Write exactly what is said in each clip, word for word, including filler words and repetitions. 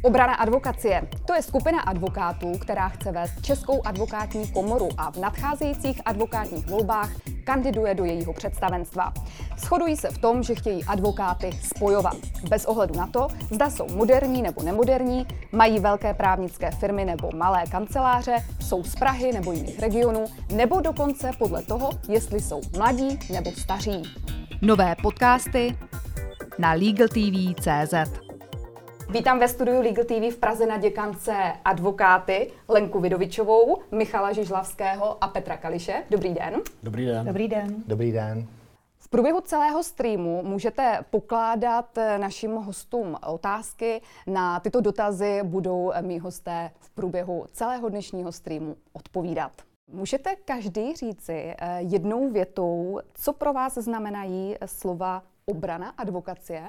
Obrana advokacie. To je skupina advokátů, která chce vést Českou advokátní komoru a v nadcházejících advokátních volbách kandiduje do jejího představenstva. Shodují se v tom, že chtějí advokáty spojovat. Bez ohledu na to, zda jsou moderní nebo nemoderní, mají velké právnické firmy nebo malé kanceláře, jsou z Prahy nebo jiných regionů, nebo dokonce podle toho, jestli jsou mladí nebo staří. Nové podcasty na legal t v tečka cé zet. Vítám ve studiu Legal T V v Praze na děkance advokáty Lenku Vidovičovou, Michala Žižlavského a Petra Kališe. Dobrý den. Dobrý den. Dobrý den. Dobrý den. V průběhu celého streamu můžete pokládat našim hostům otázky. Na tyto dotazy budou mí hosté v průběhu celého dnešního streamu odpovídat. Můžete každý říci jednou větou, co pro vás znamenají slova obrana advokacie?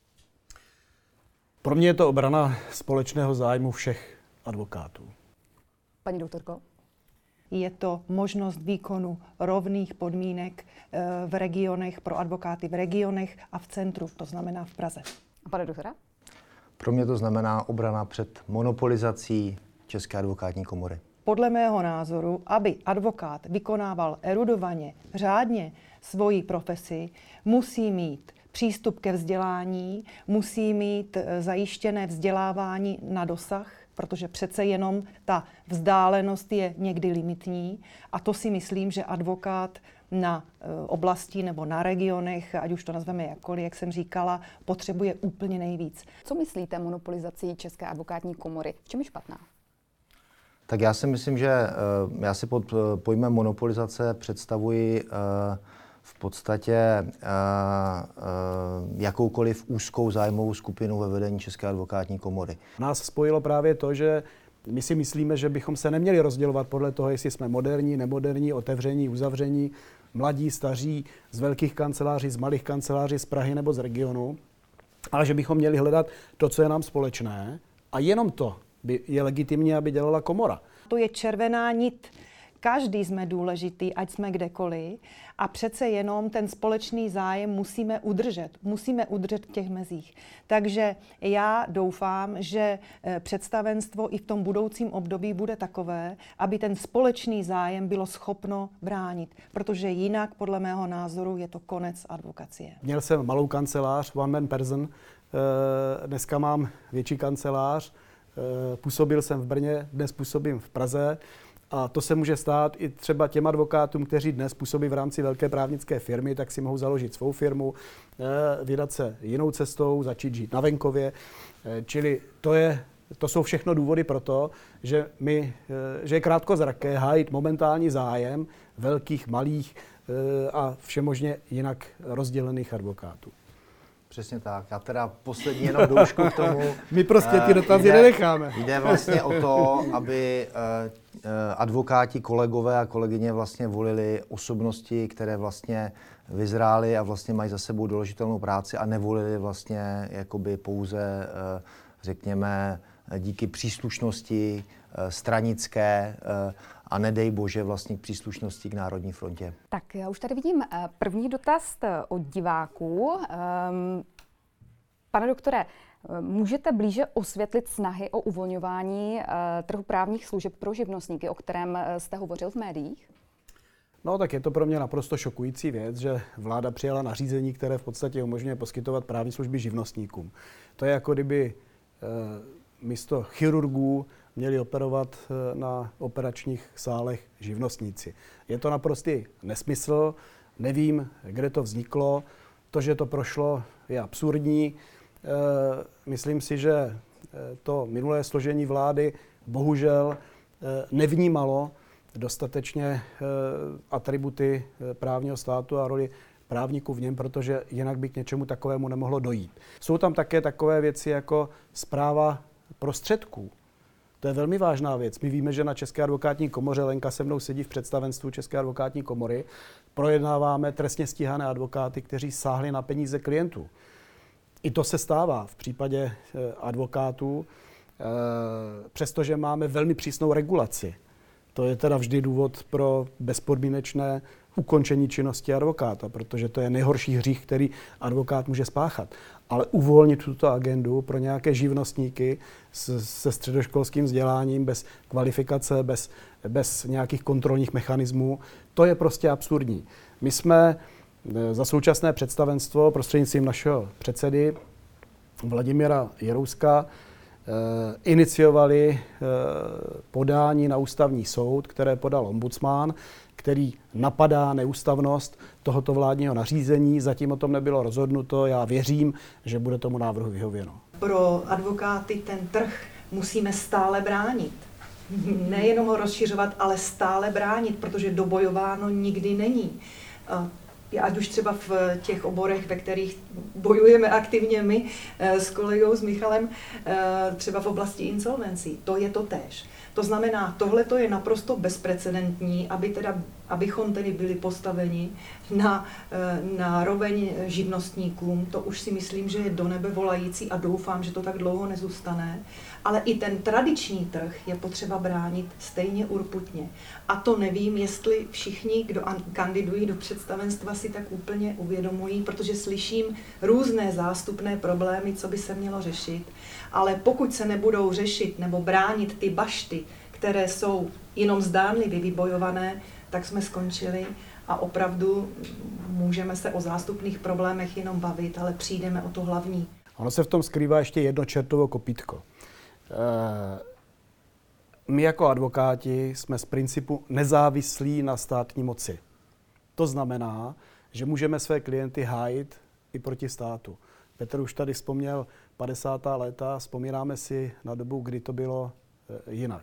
Pro mě je to obrana společného zájmu všech advokátů. Paní doktorko? Je to možnost výkonu rovných podmínek v regionech pro advokáty v regionech a v centru, to znamená v Praze. A pane doktora? Pro mě to znamená obrana před monopolizací České advokátní komory. Podle mého názoru, aby advokát vykonával erudovaně, řádně svoji profesi, musí mít přístup ke vzdělání, musí mít zajištěné vzdělávání na dosah, protože přece jenom ta vzdálenost je někdy limitní. A to si myslím, že advokát na oblasti nebo na regionech, ať už to nazveme jakkoliv, jak jsem říkala, potřebuje úplně nejvíc. Co myslíte monopolizací České advokátní komory? V čem je špatná? Tak já si myslím, že já si pod pojmem monopolizace představuji v podstatě jakoukoliv úzkou zájmovou skupinu ve vedení České advokátní komory. Nás spojilo právě to, že my si myslíme, že bychom se neměli rozdělovat podle toho, jestli jsme moderní, nemoderní, otevření, uzavření, mladí, staří, z velkých kanceláří, z malých kanceláří, z Prahy nebo z regionu, ale že bychom měli hledat to, co je nám společné, a jenom to by je legitimní, aby dělala komora. To je červená nit. Každý jsme důležitý, ať jsme kdekoliv, a přece jenom ten společný zájem musíme udržet. Musíme udržet v těch mezích. Takže já doufám, že představenstvo i v tom budoucím období bude takové, aby ten společný zájem bylo schopno bránit, protože jinak, podle mého názoru, je to konec advokacie. Měl jsem malou kancelář, one man person, dneska mám větší kancelář, působil jsem v Brně, dnes působím v Praze. A to se může stát i třeba těm advokátům, kteří dnes působí v rámci velké právnické firmy, tak si mohou založit svou firmu, vydat se jinou cestou, začít žít na venkově. Čili to, je, to jsou všechno důvody pro to, že, my, že je krátkozraké hájit momentální zájem velkých, malých a všemožně jinak rozdělených advokátů. Přesně tak. Já teda poslední jenom doušku k tomu. My prostě ty dotazy nenecháme. Jde vlastně o to, aby advokáti, kolegové a kolegyně vlastně volili osobnosti, které vlastně vyzrály a vlastně mají za sebou doložitelnou práci a nevolili vlastně jakoby pouze, řekněme, díky příslušnosti stranické a nedej bože vlastně k příslušnosti k Národní frontě. Tak já už tady vidím první dotaz od diváků. Pane doktore, můžete blíže osvětlit snahy o uvolňování trhu právních služeb pro živnostníky, o kterém jste hovořil v médiích? No tak je to pro mě naprosto šokující věc, že vláda přijala nařízení, které v podstatě umožňuje poskytovat právní služby živnostníkům. To je jako kdyby místo chirurgů měli operovat na operačních sálech živnostníci. Je to naprostý nesmysl, nevím, kde to vzniklo. To, že to prošlo, je absurdní. Myslím si, že to minulé složení vlády bohužel nevnímalo dostatečně atributy právního státu a roli právníků v něm, protože jinak by k něčemu takovému nemohlo dojít. Jsou tam také takové věci jako správa prostředků. To je velmi vážná věc. My víme, že na České advokátní komoře, Lenka se mnou sedí v představenstvu České advokátní komory, projednáváme trestně stíhané advokáty, kteří sáhli na peníze klientů. I to se stává v případě advokátů, přestože máme velmi přísnou regulaci to je teda vždy důvod pro bezpodmínečné ukončení činnosti advokáta, protože to je nejhorší hřích, který advokát může spáchat. Ale uvolnit tuto agendu pro nějaké živnostníky se středoškolským vzděláním, bez kvalifikace, bez, bez nějakých kontrolních mechanismů, to je prostě absurdní. My jsme za současné představenstvo prostřednictvím našeho předsedy Vladimíra Jirouska eh, iniciovali eh, podání na ústavní soud, které podal ombudsman, který napadá neústavnost tohoto vládního nařízení. Zatím o tom nebylo rozhodnuto. Já věřím, že bude tomu návrhu vyhověno. Pro advokáty ten trh musíme stále bránit. Nejenom ho rozšiřovat, ale stále bránit, protože dobojováno nikdy není. Ať už třeba v těch oborech, ve kterých bojujeme aktivně my s kolegou, s Michalem, třeba v oblasti insolvencí. To je to též. To znamená, tohle to je naprosto bezprecedentní, aby teda, abychom tedy byli postaveni na, na roveň živnostníkům. To už si myslím, že je do nebe volající a doufám, že to tak dlouho nezůstane. Ale i ten tradiční trh je potřeba bránit stejně urputně. A to nevím, jestli všichni, kdo kandidují do představenstva, si tak úplně uvědomují, protože slyším různé zástupné problémy, co by se mělo řešit. Ale pokud se nebudou řešit nebo bránit ty bašty, které jsou jenom zdánlivě vybojované, tak jsme skončili a opravdu můžeme se o zástupných problémech jenom bavit, ale přijdeme o to hlavní. Ono se v tom skrývá ještě jedno čertovo kopítko. My jako advokáti jsme z principu nezávislí na státní moci. To znamená, že můžeme své klienty hájit i proti státu. Petr už tady vzpomněl padesátá léta, vzpomínáme si na dobu, kdy to bylo jinak.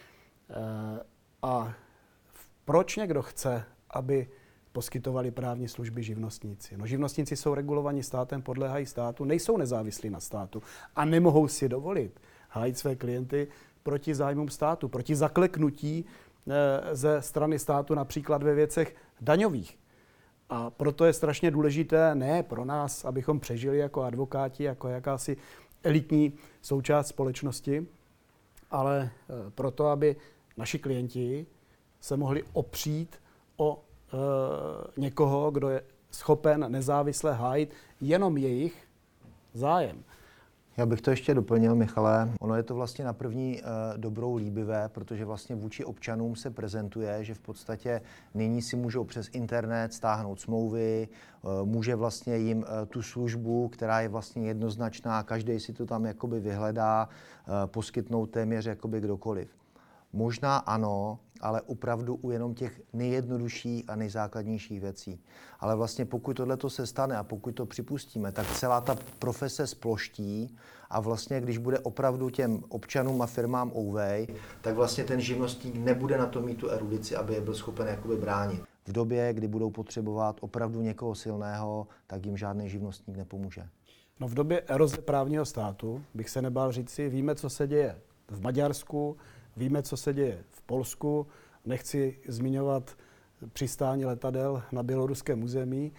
A proč někdo chce, aby poskytovali právní služby živnostníci? No, živnostníci jsou regulovaní státem, podléhají státu, nejsou nezávislí na státu a nemohou si dovolit hájit své klienty proti zájmům státu, proti zakleknutí ze strany státu například ve věcech daňových. A proto je strašně důležité ne pro nás, abychom přežili jako advokáti, jako jakási elitní součást společnosti, ale proto, aby naši klienti se mohli opřít o e, někoho, kdo je schopen nezávisle hájit jenom jejich zájem. Já bych to ještě doplnil, Michale. Ono je to vlastně na první e, dobrou líbivé, protože vlastně vůči občanům se prezentuje, že v podstatě nyní si můžou přes internet stáhnout smlouvy, e, může vlastně jim e, tu službu, která je vlastně jednoznačná, každý si to tam jakoby vyhledá, e, poskytnout téměř jakoby kdokoliv. Možná ano, ale opravdu u jenom těch nejjednodušších a nejzákladnějších věcí. Ale vlastně pokud tohleto se stane a pokud to připustíme, tak celá ta profese sploští a vlastně když bude opravdu těm občanům a firmám ouvej, tak vlastně ten živnostník nebude na to mít tu erudici, aby je byl schopen jakoby bránit. V době, kdy budou potřebovat opravdu někoho silného, tak jim žádný živnostník nepomůže. No v době eroze právního státu bych se nebál říci, víme, co se děje v Maďarsku, víme, co se děje v Polsku, nechci zmiňovat přistání letadel na běloruském území.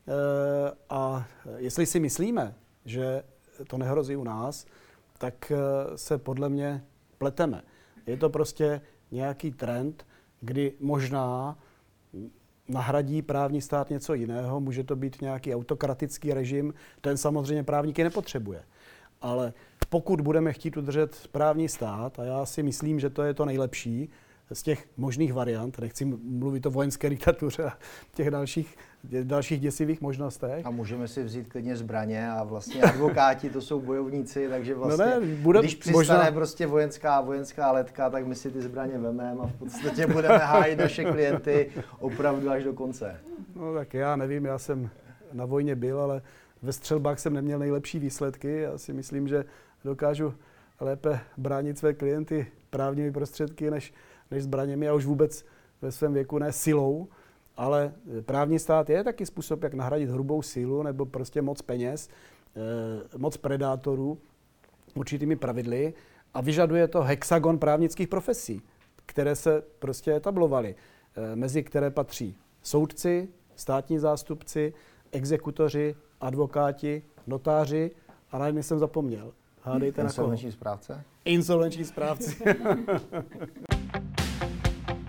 A jestli si myslíme, že to nehrozí u nás, tak se podle mě pleteme. Je to prostě nějaký trend, kdy možná nahradí právní stát něco jiného, může to být nějaký autokratický režim, ten samozřejmě právníky nepotřebuje. Ale pokud budeme chtít udržet právní stát, a já si myslím, že to je to nejlepší z těch možných variant, nechci mluvit o vojenské diktatuře a těch dalších, dalších děsivých možnostech. A můžeme si vzít klidně zbraně a vlastně advokáti to jsou bojovníci, takže vlastně, no ne, bude, když přistane možná prostě vojenská, vojenská letka, tak my si ty zbraně vememe a v podstatě budeme hájit naše klienty opravdu až do konce. No tak já nevím, já jsem na vojně byl, ale ve střelbách jsem neměl nejlepší výsledky. Já si myslím, že dokážu lépe bránit své klienty právními prostředky než, než zbraněmi a už vůbec ve svém věku ne silou, ale právní stát je taky způsob, jak nahradit hrubou sílu nebo prostě moc peněz, eh, moc predátorů určitými pravidly a vyžaduje to hexagon právnických profesí, které se prostě etablovaly, eh, mezi které patří soudci, státní zástupci, exekutoři, advokáti, notáři a na jedný jsem zapomněl. Hádejte na koho. Insolvenční správce? Insolvenční správci.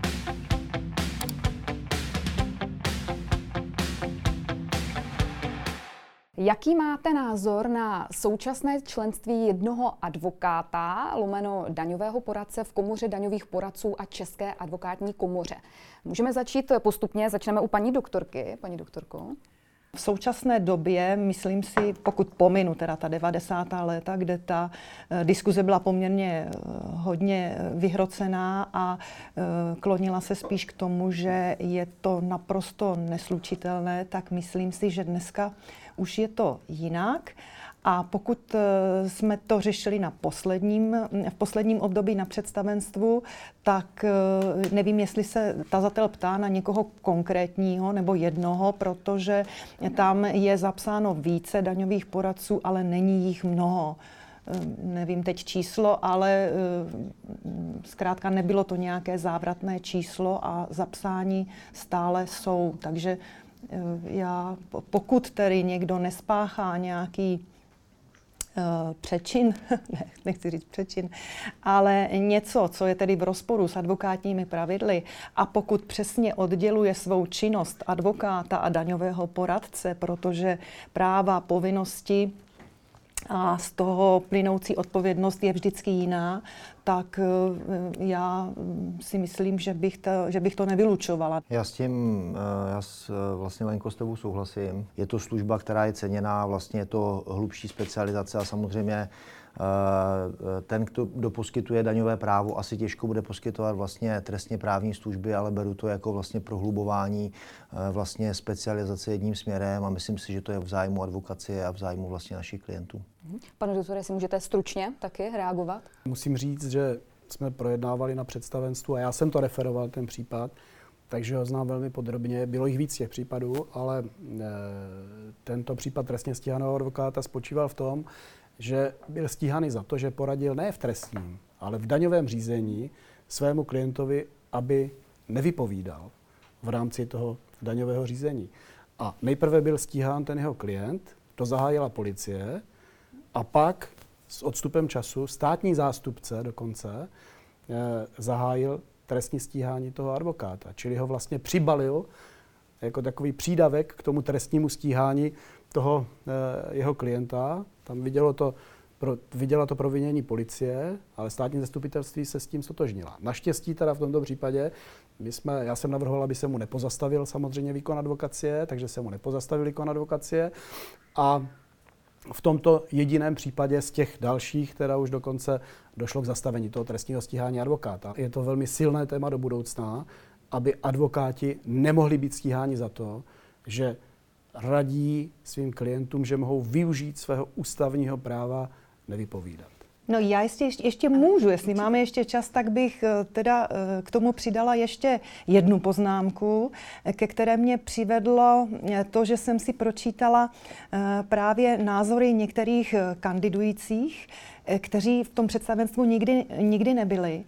Jaký máte názor na současné členství jednoho advokáta, lomeno daňového poradce v Komoře daňových poradců a České advokátní komoře? Můžeme začít postupně, začneme u paní doktorky. Paní doktorko. V současné době, myslím si, pokud pominu teda ta devadesátá léta, kde ta uh, diskuze byla poměrně uh, hodně vyhrocená a uh, klonila se spíš k tomu, že je to naprosto neslučitelné, tak myslím si, že dneska už je to jinak. A pokud jsme to řešili na posledním, v posledním období na představenstvu, tak nevím, jestli se tazatel ptá na někoho konkrétního nebo jednoho, protože tam je zapsáno více daňových poradců, ale není jich mnoho. Nevím teď číslo, ale zkrátka nebylo to nějaké závratné číslo a zapsáni stále jsou. Takže já, pokud tedy někdo nespáchá nějaký přečin, ne, nechci říct přečin, ale něco, co je tedy v rozporu s advokátními pravidly a pokud přesně odděluje svou činnost advokáta a daňového poradce, protože práva, povinnosti a z toho plynoucí odpovědnost je vždycky jiná, tak já si myslím, že bych to, že bych to nevylučovala. Já s tím, já s, vlastně Lenko s tebou souhlasím. Je to služba, která je ceněná, vlastně je to hlubší specializace a samozřejmě ten, kdo poskytuje daňové právo, asi těžko bude poskytovat vlastně trestně právní služby, ale beru to jako vlastně prohlubování vlastně specializace jedním směrem a myslím si, že to je v zájmu advokacie a v zájmu vlastně našich klientů. Pane doktore, jestli můžete stručně taky reagovat? Musím říct, že jsme projednávali na představenstvu a já jsem to referoval, ten případ, takže ho znám velmi podrobně. Bylo jich víc těch případů, ale e, tento případ trestně stíhaného advokáta spočíval v tom, že byl stíhaný za to, že poradil ne v trestním, ale v daňovém řízení svému klientovi, aby nevypovídal v rámci toho daňového řízení. A nejprve byl stíhán ten jeho klient, to zahájila policie, a pak s odstupem času státní zástupce dokonce eh, zahájil trestní stíhání toho advokáta, čili ho vlastně přibalil jako takový přídavek k tomu trestnímu stíhání toho eh, jeho klienta. Tam vidělo to, pro, viděla to provinění policie, ale státní zastupitelství se s tím stotožnila. Naštěstí teda v tomto případě, my jsme, já jsem navrhoval, aby se mu nepozastavil samozřejmě výkon advokacie, takže se mu nepozastavil výkon advokacie a v tomto jediném případě z těch dalších, teda už dokonce došlo k zastavení toho trestního stíhání advokáta. Je to velmi silné téma do budoucna, aby advokáti nemohli být stíháni za to, že radí svým klientům, že mohou využít svého ústavního práva nevypovídat. No já ještě, ještě můžu, jestli máme ještě čas, tak bych teda k tomu přidala ještě jednu poznámku, ke které mě přivedlo to, že jsem si pročítala právě názory některých kandidujících, kteří v tom představenstvu nikdy, nikdy nebyli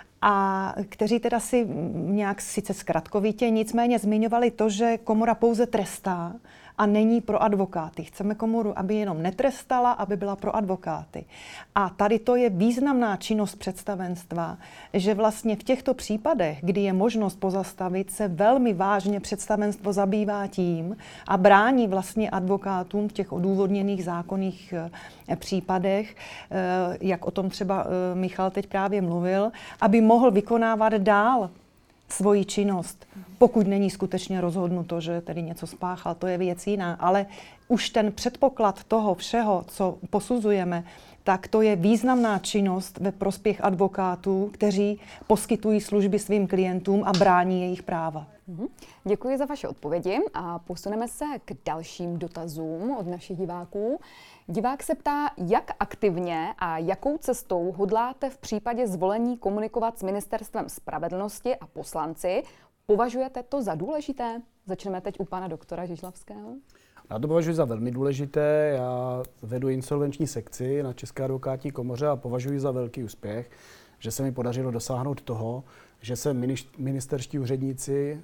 a kteří teda si nějak sice zkratkovitě, nicméně zmiňovali to, že komora pouze trestá a není pro advokáty. Chceme komoru, aby jenom netrestala, aby byla pro advokáty. A tady to je významná činnost představenstva, že vlastně v těchto případech, kdy je možnost pozastavit, se velmi vážně představenstvo zabývá tím a brání vlastně advokátům v těch odůvodněných zákonných případech, jak o tom třeba Michal teď právě mluvil, aby mohl vykonávat dál svoji činnost, pokud není skutečně rozhodnuto, že tedy něco spáchal, to je věc jiná. Ale už ten předpoklad toho všeho, co posuzujeme, tak to je významná činnost ve prospěch advokátů, kteří poskytují služby svým klientům a brání jejich práva. Děkuji za vaše odpovědi a posuneme se k dalším dotazům od našich diváků. Divák se ptá, jak aktivně a jakou cestou hodláte v případě zvolení komunikovat s Ministerstvem spravedlnosti a poslanci. Považujete to za důležité? Začneme teď u pana doktora Žižlavského. Já to považuji za velmi důležité. Já vedu insolvenční sekci na České advokátní komoře a považuji za velký úspěch, že se mi podařilo dosáhnout toho, že se ministerští úředníci,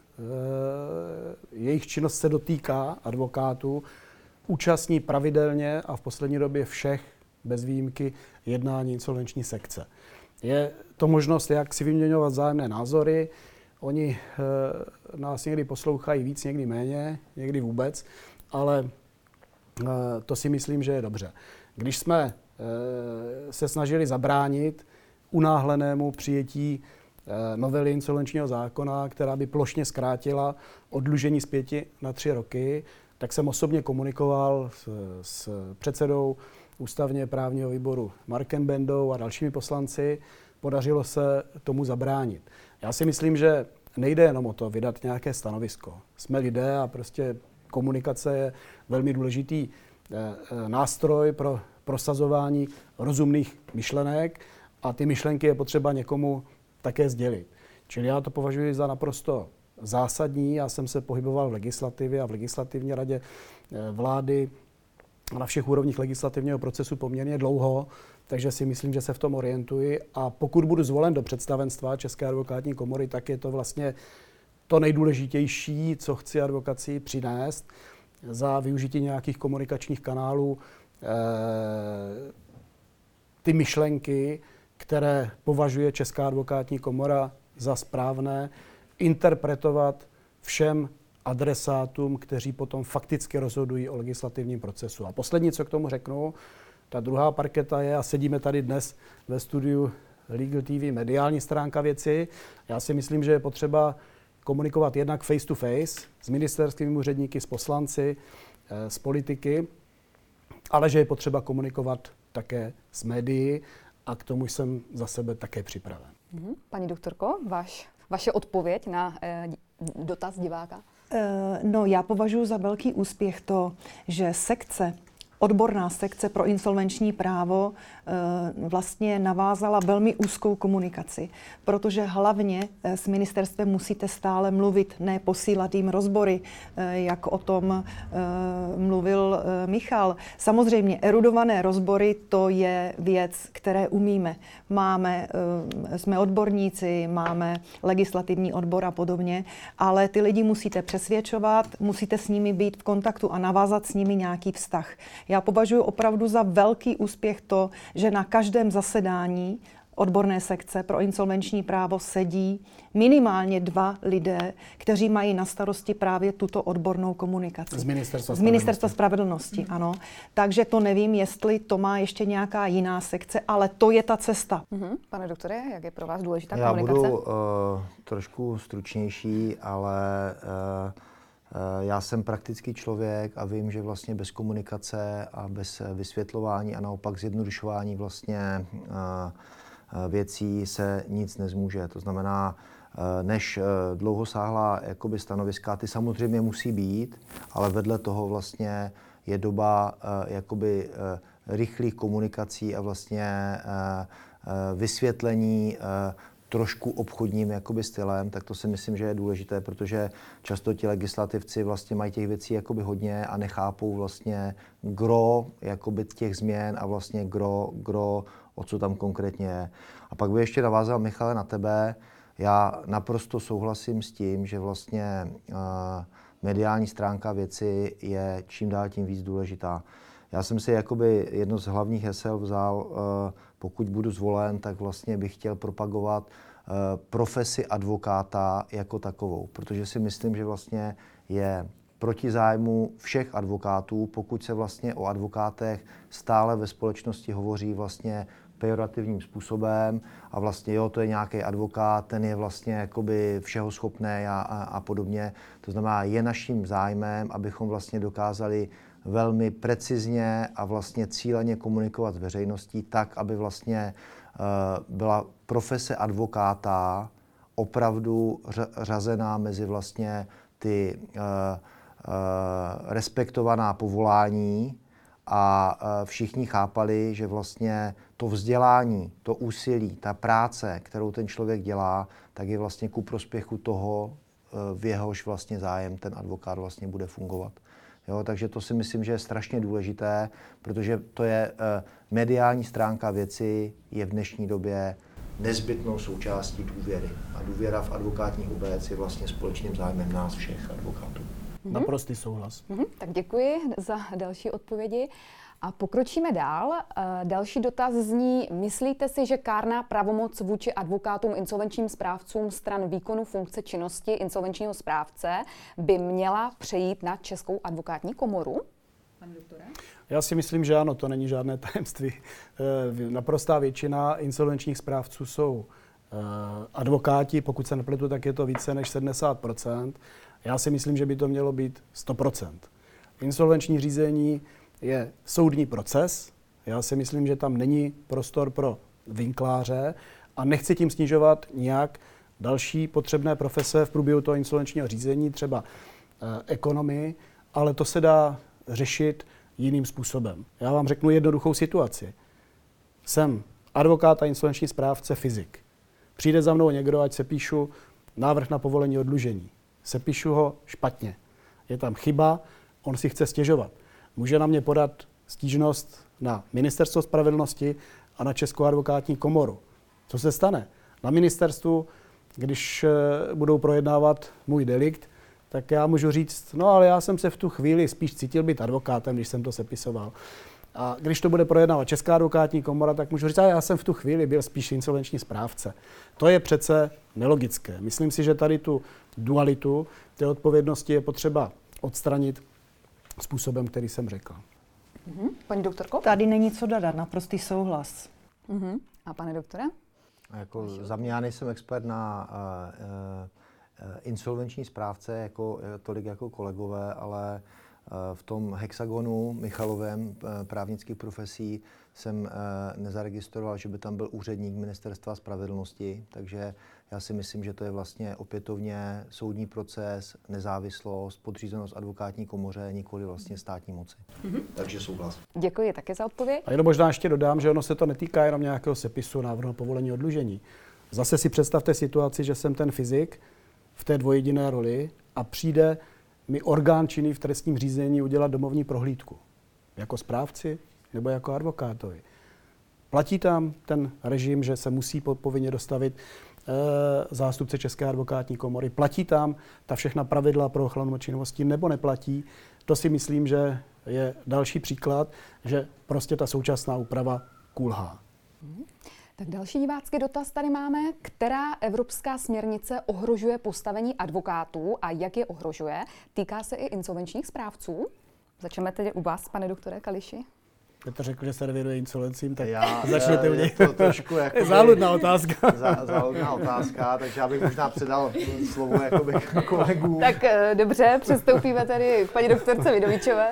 jejich činnost se dotýká advokátů, účastní pravidelně a v poslední době všech, bez výjimky, jednání insolvenční sekce. Je to možnost, jak si vyměňovat vzájemné názory. Oni e, nás někdy poslouchají víc, někdy méně, někdy vůbec, ale to si myslím, že je dobře. Když jsme se snažili zabránit unáhlenému přijetí novely insolvenčního zákona, která by plošně zkrátila oddlužení z pěti na tři roky, tak jsem osobně komunikoval s, s předsedou ústavně právního výboru Markem Bendou a dalšími poslanci. Podařilo se tomu zabránit. Já si myslím, že nejde jenom o to vydat nějaké stanovisko. Jsme lidé a prostě komunikace je velmi důležitý nástroj pro prosazování rozumných myšlenek a ty myšlenky je potřeba někomu také sdělit. Čili já to považuji za naprosto zásadní. Já jsem se pohyboval v legislativě a v legislativní radě vlády a na všech úrovních legislativního procesu poměrně dlouho, takže si myslím, že se v tom orientuji a pokud budu zvolen do představenstva České advokátní komory, tak je to vlastně to nejdůležitější, co chci advokacii přinést za využití nějakých komunikačních kanálů, ty myšlenky, které považuje Česká advokátní komora za správné, interpretovat všem adresátům, kteří potom fakticky rozhodují o legislativním procesu. A poslední, co k tomu řeknu, ta druhá parketa je, a sedíme tady dnes ve studiu Legal T V, mediální stránka věci. Já si myslím, že je potřeba komunikovat jednak face to face s ministerskými úředníky, s poslanci, s politiky, ale že je potřeba komunikovat také s médií a k tomu jsem za sebe také připraven. Paní doktorko, váš, vaše odpověď na eh, dotaz diváka? No, já považuji za velký úspěch to, že sekce, odborná sekce pro insolvenční právo vlastně navázala velmi úzkou komunikaci, protože hlavně s ministerstvem musíte stále mluvit, ne posílat jim rozbory, jak o tom mluvil Michal. Samozřejmě erudované rozbory, to je věc, které umíme. Máme, jsme odborníci, máme legislativní odbor a podobně, ale ty lidi musíte přesvědčovat, musíte s nimi být v kontaktu a navázat s nimi nějaký vztah. Já považuji opravdu za velký úspěch to, že na každém zasedání odborné sekce pro insolvenční právo sedí minimálně dva lidé, kteří mají na starosti právě tuto odbornou komunikaci. Z ministerstva Z ministerstva spravedlnosti, ano. Takže to nevím, jestli to má ještě nějaká jiná sekce, ale to je ta cesta. Mm-hmm. Pane doktore, jak je pro vás důležitá Já komunikace? Já budu uh, trošku stručnější, ale uh, já jsem praktický člověk a vím, že vlastně bez komunikace a bez vysvětlování a naopak zjednodušování vlastně věcí se nic nezmůže. To znamená, než dlouhosáhlá jakoby stanoviska, ty samozřejmě musí být, ale vedle toho vlastně je doba jakoby rychlých komunikací a vlastně vysvětlení trošku obchodním jakoby stylem, tak to si myslím, že je důležité, protože často ti legislativci vlastně mají těch věcí jakoby hodně a nechápou vlastně gro jakoby těch změn a vlastně gro, gro, o co tam konkrétně je. A pak by ještě navázal, Michale, na tebe. Já naprosto souhlasím s tím, že vlastně uh, mediální stránka věci je čím dál tím víc důležitá. Já jsem si jakoby jedno z hlavních hesel vzal, uh, pokud budu zvolen, tak vlastně bych chtěl propagovat uh, profesi advokáta jako takovou, protože si myslím, že vlastně je proti zájmu všech advokátů, pokud se vlastně o advokátech stále ve společnosti hovoří vlastně pejorativním způsobem a vlastně jo, to je nějaký advokát, ten je vlastně jakoby všeho schopný a, a, a podobně. To znamená, je naším zájmem, abychom vlastně dokázali velmi precizně a vlastně cíleně komunikovat s veřejností tak, aby vlastně uh, byla profese advokáta opravdu řazená mezi vlastně ty uh, uh, respektovaná povolání a uh, všichni chápali, že vlastně to vzdělání, to úsilí, ta práce, kterou ten člověk dělá, tak je vlastně ku prospěchu toho, uh, v jehož vlastně zájem ten advokát vlastně bude fungovat. Jo, takže to si myslím, že je strašně důležité, protože to je uh, mediální stránka věci, je v dnešní době nezbytnou součástí důvěry. A důvěra v advokátní obec je vlastně společným zájmem nás všech advokátů. Mm-hmm. Naprostý souhlas. Mm-hmm. Tak děkuji za další odpovědi. A pokročíme dál. Další dotaz zní, myslíte si, že kárná pravomoc vůči advokátům, insolvenčním správcům stran výkonu funkce činnosti insolvenčního správce by měla přejít na Českou advokátní komoru? Pane doktore? Já si myslím, že ano, to není žádné tajemství. Naprostá většina insolvenčních správců jsou advokáti, pokud se nepletu, tak je to více než sedmdesát procent. Já si myslím, že by to mělo být sto procent. Insolvenční řízení je soudní proces. Já si myslím, že tam není prostor pro vinkláře a nechci tím snižovat nějak další potřebné profese v průběhu toho insolvenčního řízení, třeba eh, ekonomii, ale to se dá řešit jiným způsobem. Já vám řeknu jednoduchou situaci. Jsem advokát a insolvenční správce fyzik. Přijde za mnou někdo, ať se píšu návrh na povolení oddlužení. Sepíšu ho špatně. Je tam chyba, on si chce stěžovat. Může na mě podat stížnost na Ministerstvo spravedlnosti a na Českou advokátní komoru. Co se stane? Na ministerstvu, když budou projednávat můj delikt, tak já můžu říct, no ale já jsem se v tu chvíli spíš cítil být advokátem, když jsem to sepisoval. A když to bude projednávat Česká advokátní komora, tak můžu říct, a já jsem v tu chvíli byl spíš insolvenční správce. To je přece nelogické. Myslím si, že tady tu dualitu té odpovědnosti je potřeba odstranit způsobem, který jsem řekl. Mm-hmm. Paní doktorko? Tady není co dodat, naprostý souhlas. Mm-hmm. A pane doktore? Jako za mě já nejsem expert na uh, uh, insolvenční správce jako, tolik jako kolegové, ale uh, v tom hexagonu Michalovém uh, právnických profesí jsem uh, nezaregistroval, že by tam byl úředník Ministerstva spravedlnosti, takže já si myslím, že to je vlastně opětovně soudní proces, nezávislost, podřízenost advokátní komoře, nikoli vlastně státní moci. Mm-hmm. Takže souhlas. Děkuji také za odpověď. A jenom možná ještě dodám, že ono se to netýká jenom nějakého sepisu návrhu na povolení oddlužení. Zase si představte situaci, že jsem ten fyzik v té dvojjediné roli a přijde mi orgán činný v trestním řízení udělat domovní prohlídku. Jako správci nebo jako advokátovi. Platí tam ten režim, že se musí povinně dostavit zástupce České advokátní komory. Platí tam ta všechna pravidla pro ochranu činnosti nebo neplatí? To si myslím, že je další příklad, že prostě ta současná úprava kulhá. Hmm. Tak další divácký dotaz tady máme. Která evropská směrnice ohrožuje postavení advokátů a jak je ohrožuje? Týká se i insolvenčních správců? Začneme tedy u vás, pane doktore Kališi. Petr řekl, že se nevěnuje insolvencím, tak já, začněte u něj. Je to trošku jako záludná otázka. Zá, záludná otázka, takže já bych možná předal slovo jakoby kolegům. Tak dobře, přistoupíme tedy k paní doktorce Vidovičové.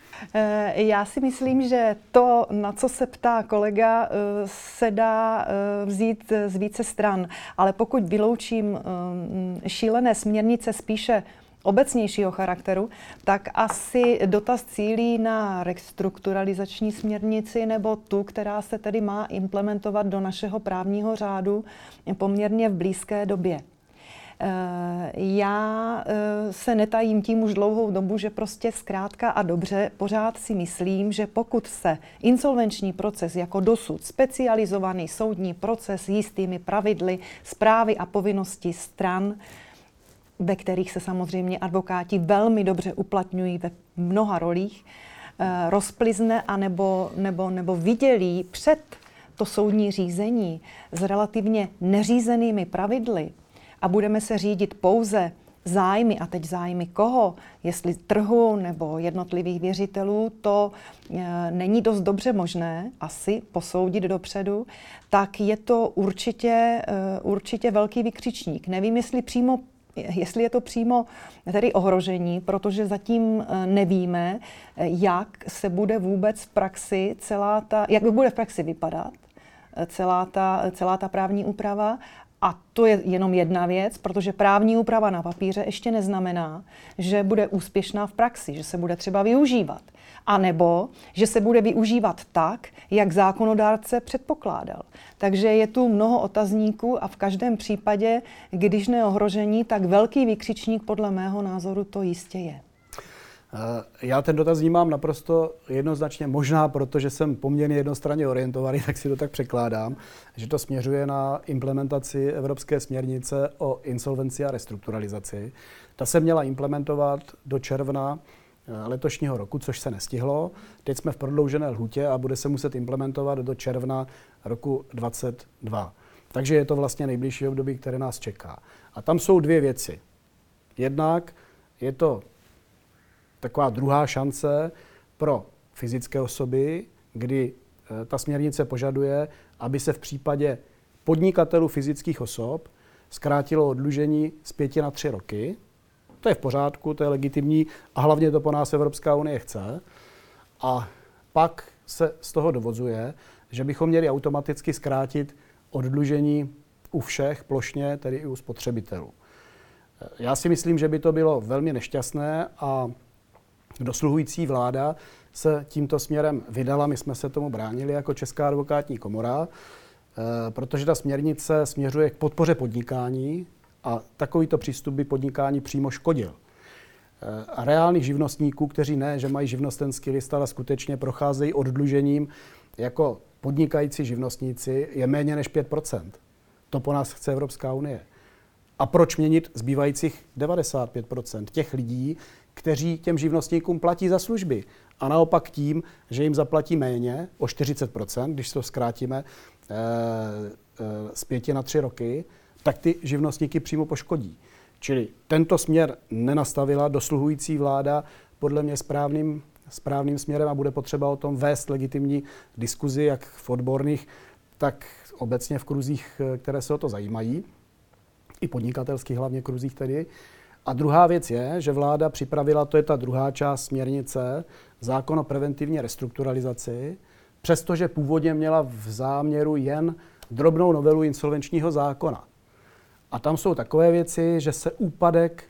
Já si myslím, že to, na co se ptá kolega, se dá vzít z více stran. Ale pokud vyloučím šílené směrnice spíše obecnějšího charakteru, tak asi dotaz cílí na restrukturalizační směrnici nebo tu, která se tedy má implementovat do našeho právního řádu poměrně v blízké době. Já se netajím tím už dlouhou dobu, že prostě zkrátka a dobře pořád si myslím, že pokud se insolvenční proces jako dosud specializovaný soudní proces s jistými pravidly, správy a povinnosti stran, ve kterých se samozřejmě advokáti velmi dobře uplatňují ve mnoha rolích, rozplizne a nebo, nebo, nebo vydělí před to soudní řízení s relativně neřízenými pravidly a budeme se řídit pouze zájmy, a teď zájmy koho, jestli trhu nebo jednotlivých věřitelů, to e, není dost dobře možné asi posoudit dopředu, tak je to určitě, e, určitě velký vykřičník. Nevím, jestli přímo Jestli je to přímo tedy ohrožení, protože zatím nevíme, jak se bude vůbec v praxi celá ta, jak bude v praxi vypadat celá ta, celá ta právní úprava. A to je jenom jedna věc, protože právní úprava na papíře ještě neznamená, že bude úspěšná v praxi, že se bude třeba využívat. A nebo, že se bude využívat tak, jak zákonodárce předpokládal. Takže je tu mnoho otazníků a v každém případě, když ne ohrožení, tak velký vykřičník podle mého názoru to jistě je. Já ten dotaz vnímám naprosto jednoznačně, možná protože jsem poměrně jednostranně orientovaný, tak si to tak překládám, že to směřuje na implementaci Evropské směrnice o insolvenci a restrukturalizaci. Ta se měla implementovat do června letošního roku, což se nestihlo. Teď jsme v prodloužené lhůtě a bude se muset implementovat do června roku dvacet dva. Takže je to vlastně nejbližší období, které nás čeká. A tam jsou dvě věci. Jednak je to taková druhá šance pro fyzické osoby, kdy ta směrnice požaduje, aby se v případě podnikatelů fyzických osob zkrátilo oddlužení z pěti na tři roky. To je v pořádku, to je legitimní a hlavně to po nás Evropská unie chce. A pak se z toho dovozuje, že bychom měli automaticky zkrátit oddlužení u všech plošně, tedy i u spotřebitelů. Já si myslím, že by to bylo velmi nešťastné a dosluhující vláda se tímto směrem vydala. My jsme se tomu bránili jako Česká advokátní komora, protože ta směrnice směřuje k podpoře podnikání a takovýto přístup by podnikání přímo škodil. A reálných živnostníků, kteří ne, že mají živnostenský list, ale skutečně procházejí oddlužením jako podnikající živnostníci, je méně než pět procent. To po nás chce Evropská unie. A proč měnit zbývajících devadesát pět procent těch lidí, kteří těm živnostníkům platí za služby? A naopak tím, že jim zaplatí méně, o čtyřicet procent, když to zkrátíme e, e, z pěti na tři roky, tak ty živnostníky přímo poškodí. Čili tento směr nenastavila dosluhující vláda podle mě správným, správným směrem a bude potřeba o tom vést legitimní diskuzi, jak v odborných, tak obecně v kruzích, které se o to zajímají, i podnikatelských hlavně kruzích tedy. A druhá věc je, že vláda připravila, to je ta druhá část směrnice, zákon o preventivní restrukturalizaci, přestože původně měla v záměru jen drobnou novelu insolvenčního zákona. A tam jsou takové věci, že se úpadek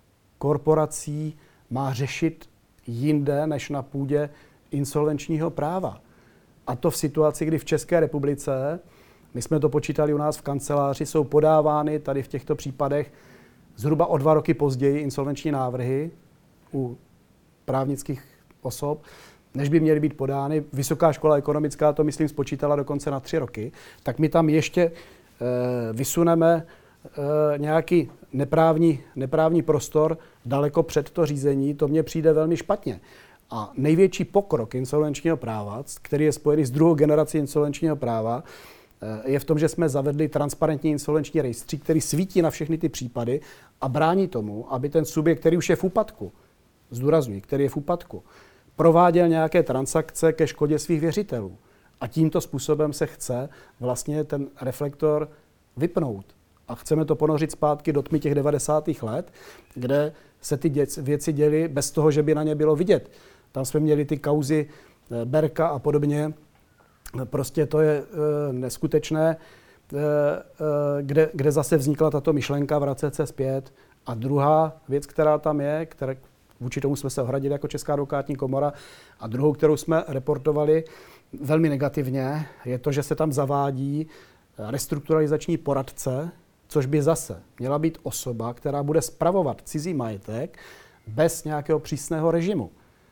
korporací má řešit jinde než na půdě insolvenčního práva. A to v situaci, kdy v České republice, my jsme to počítali u nás v kanceláři, jsou podávány tady v těchto případech zhruba o dva roky později insolvenční návrhy u právnických osob, než by měly být podány. Vysoká škola ekonomická to, myslím, spočítala dokonce na tři roky. Tak my tam ještě e, vysuneme e, nějaký neprávní, neprávní prostor daleko před to řízení. To mně přijde velmi špatně. A největší pokrok insolvenčního práva, který je spojený s druhou generací insolvenčního práva, je v tom, že jsme zavedli transparentní insolvenční rejstřík, který svítí na všechny ty případy a brání tomu, aby ten subjekt, který už je v úpadku, zdůrazňuji, který je v úpadku, prováděl nějaké transakce ke škodě svých věřitelů. A tímto způsobem se chce vlastně ten reflektor vypnout. A chceme to ponořit zpátky do tmy těch devadesátých let, kde se ty děc, věci děly bez toho, že by na ně bylo vidět. Tam jsme měli ty kauzy Berka a podobně. Prostě to je e, neskutečné, e, e, kde, kde zase vznikla tato myšlenka vracet se zpět. A druhá věc, která tam je, které, vůči tomu jsme se ohradili jako Česká advokátní komora, a druhou, kterou jsme reportovali velmi negativně, je to, že se tam zavádí restrukturalizační poradce, což by zase měla být osoba, která bude spravovat cizí majetek bez nějakého přísného režimu.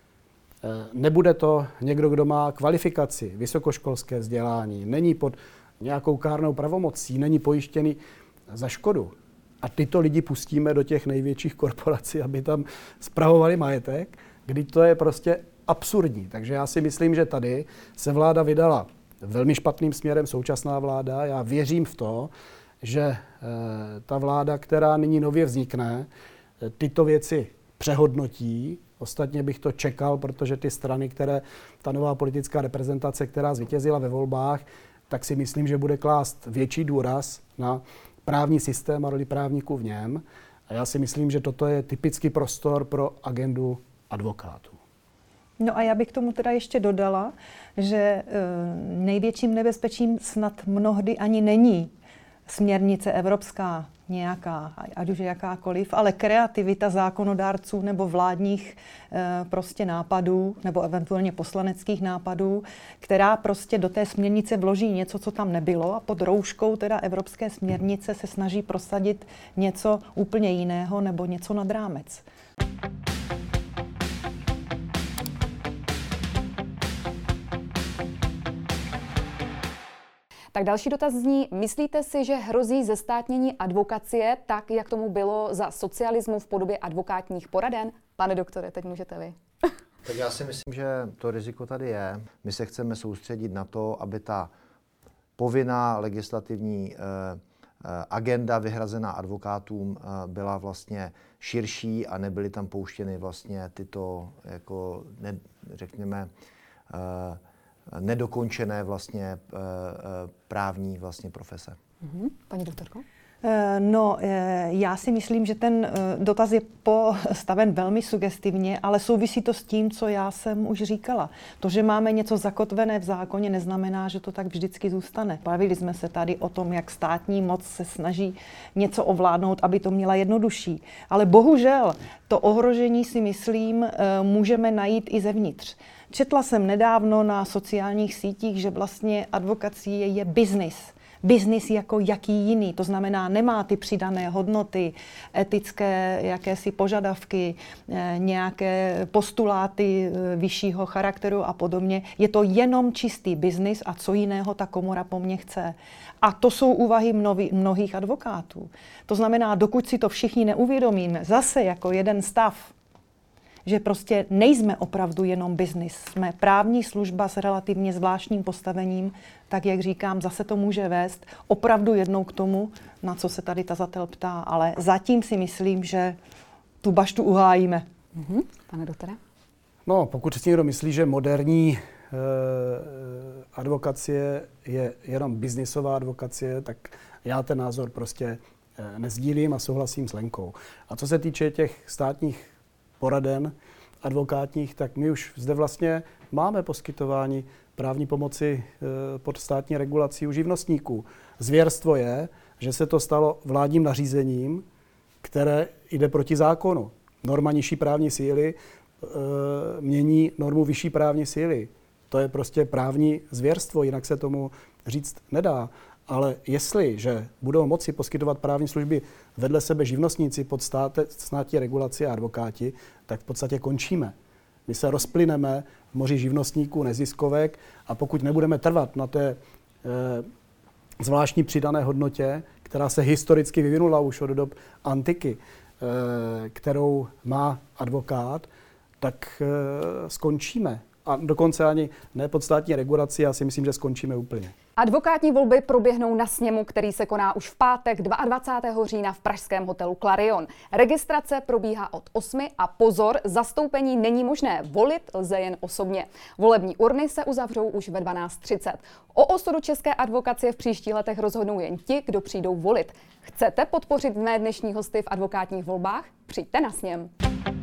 Nebude to někdo, kdo má kvalifikaci, vysokoškolské vzdělání, není pod nějakou kárnou pravomocí, není pojištěný za škodu. A tyto lidi pustíme do těch největších korporací, aby tam spravovali majetek, kdy to je prostě absurdní. Takže já si myslím, že tady se vláda vydala velmi špatným směrem, současná vláda. Já věřím v to, že e, ta vláda, která nyní nově vznikne, e, tyto věci přehodnotí. Ostatně bych to čekal, protože ty strany, které, ta nová politická reprezentace, která zvítězila ve volbách, tak si myslím, že bude klást větší důraz na právní systém a roli právníků v něm. A já si myslím, že toto je typický prostor pro agendu advokátů. No a já bych k tomu teda ještě dodala, že e, největším nebezpečím snad mnohdy ani není směrnice evropská nějaká, ať už je jakákoliv, ale kreativita zákonodárců nebo vládních e, prostě nápadů, nebo eventuálně poslaneckých nápadů, která prostě do té směrnice vloží něco, co tam nebylo, a pod rouškou teda evropské směrnice se snaží prosadit něco úplně jiného nebo něco nad rámec. Tak další dotaz zní, myslíte si, že hrozí zestátnění advokacie tak, jak tomu bylo za socialismu v podobě advokátních poraden? Pane doktore, teď můžete vy. Tak já si myslím, že to riziko tady je. My se chceme soustředit na to, aby ta povinná legislativní agenda vyhrazená advokátům byla vlastně širší a nebyly tam pouštěny vlastně tyto, jako, ne, řekněme, nedokončené vlastně právní vlastně profese. Mm-hmm. Paní doktorko? No, já si myslím, že ten dotaz je postaven velmi sugestivně, ale souvisí to s tím, co já jsem už říkala. To, že máme něco zakotvené v zákoně, neznamená, že to tak vždycky zůstane. Bavili jsme se tady o tom, jak státní moc se snaží něco ovládnout, aby to měla jednodušší. Ale bohužel to ohrožení, si myslím, můžeme najít i zevnitř. Četla jsem nedávno na sociálních sítích, že vlastně advokacie je biznis. Biznis jako jaký jiný, to znamená, nemá ty přidané hodnoty, etické jakési požadavky, nějaké postuláty vyššího charakteru a podobně. Je to jenom čistý biznis a co jiného ta komora po mně chce. A to jsou úvahy mnohý, mnohých advokátů. To znamená, dokud si to všichni neuvědomíme, zase jako jeden stav, že prostě nejsme opravdu jenom biznis. Jsme právní služba s relativně zvláštním postavením, tak jak říkám, zase to může vést opravdu jednou k tomu, na co se tady tazatel ptá, ale zatím si myslím, že tu baštu uhájíme. Mm-hmm. Pane doktore? No, pokud si někdo myslí, že moderní eh, advokacie je jenom biznisová advokacie, tak já ten názor prostě eh, nezdílím a souhlasím s Lenkou. A co se týče těch státních poraden advokátních, tak my už zde vlastně máme poskytování právní pomoci pod státní regulací u živnostníků. Zvěrstvo je, že se to stalo vládním nařízením, které jde proti zákonu. Norma nižší právní síly e, mění normu vyšší právní síly. To je prostě právní zvěrstvo, jinak se tomu říct nedá. Ale jestliže budou moci poskytovat právní služby vedle sebe živnostníci pod státní regulaci a advokáti, tak v podstatě končíme. My se rozplyneme v moři živnostníků, neziskovek a pokud nebudeme trvat na té e, zvláštní přidané hodnotě, která se historicky vyvinula už od dob antiky, e, kterou má advokát, tak e, skončíme. A dokonce ani ne pod státní regulaci, já si myslím, že skončíme úplně. Advokátní volby proběhnou na sněmu, který se koná už v pátek dvacátého druhého října v pražském hotelu Clarion. Registrace probíhá od osmi a pozor, zastoupení není možné, volit lze jen osobně. Volební urny se uzavřou už ve dvanáct třicet. O osudu české advokacie v příštích letech rozhodnou jen ti, kdo přijdou volit. Chcete podpořit mé dnešní hosty v advokátních volbách? Přijďte na sněm.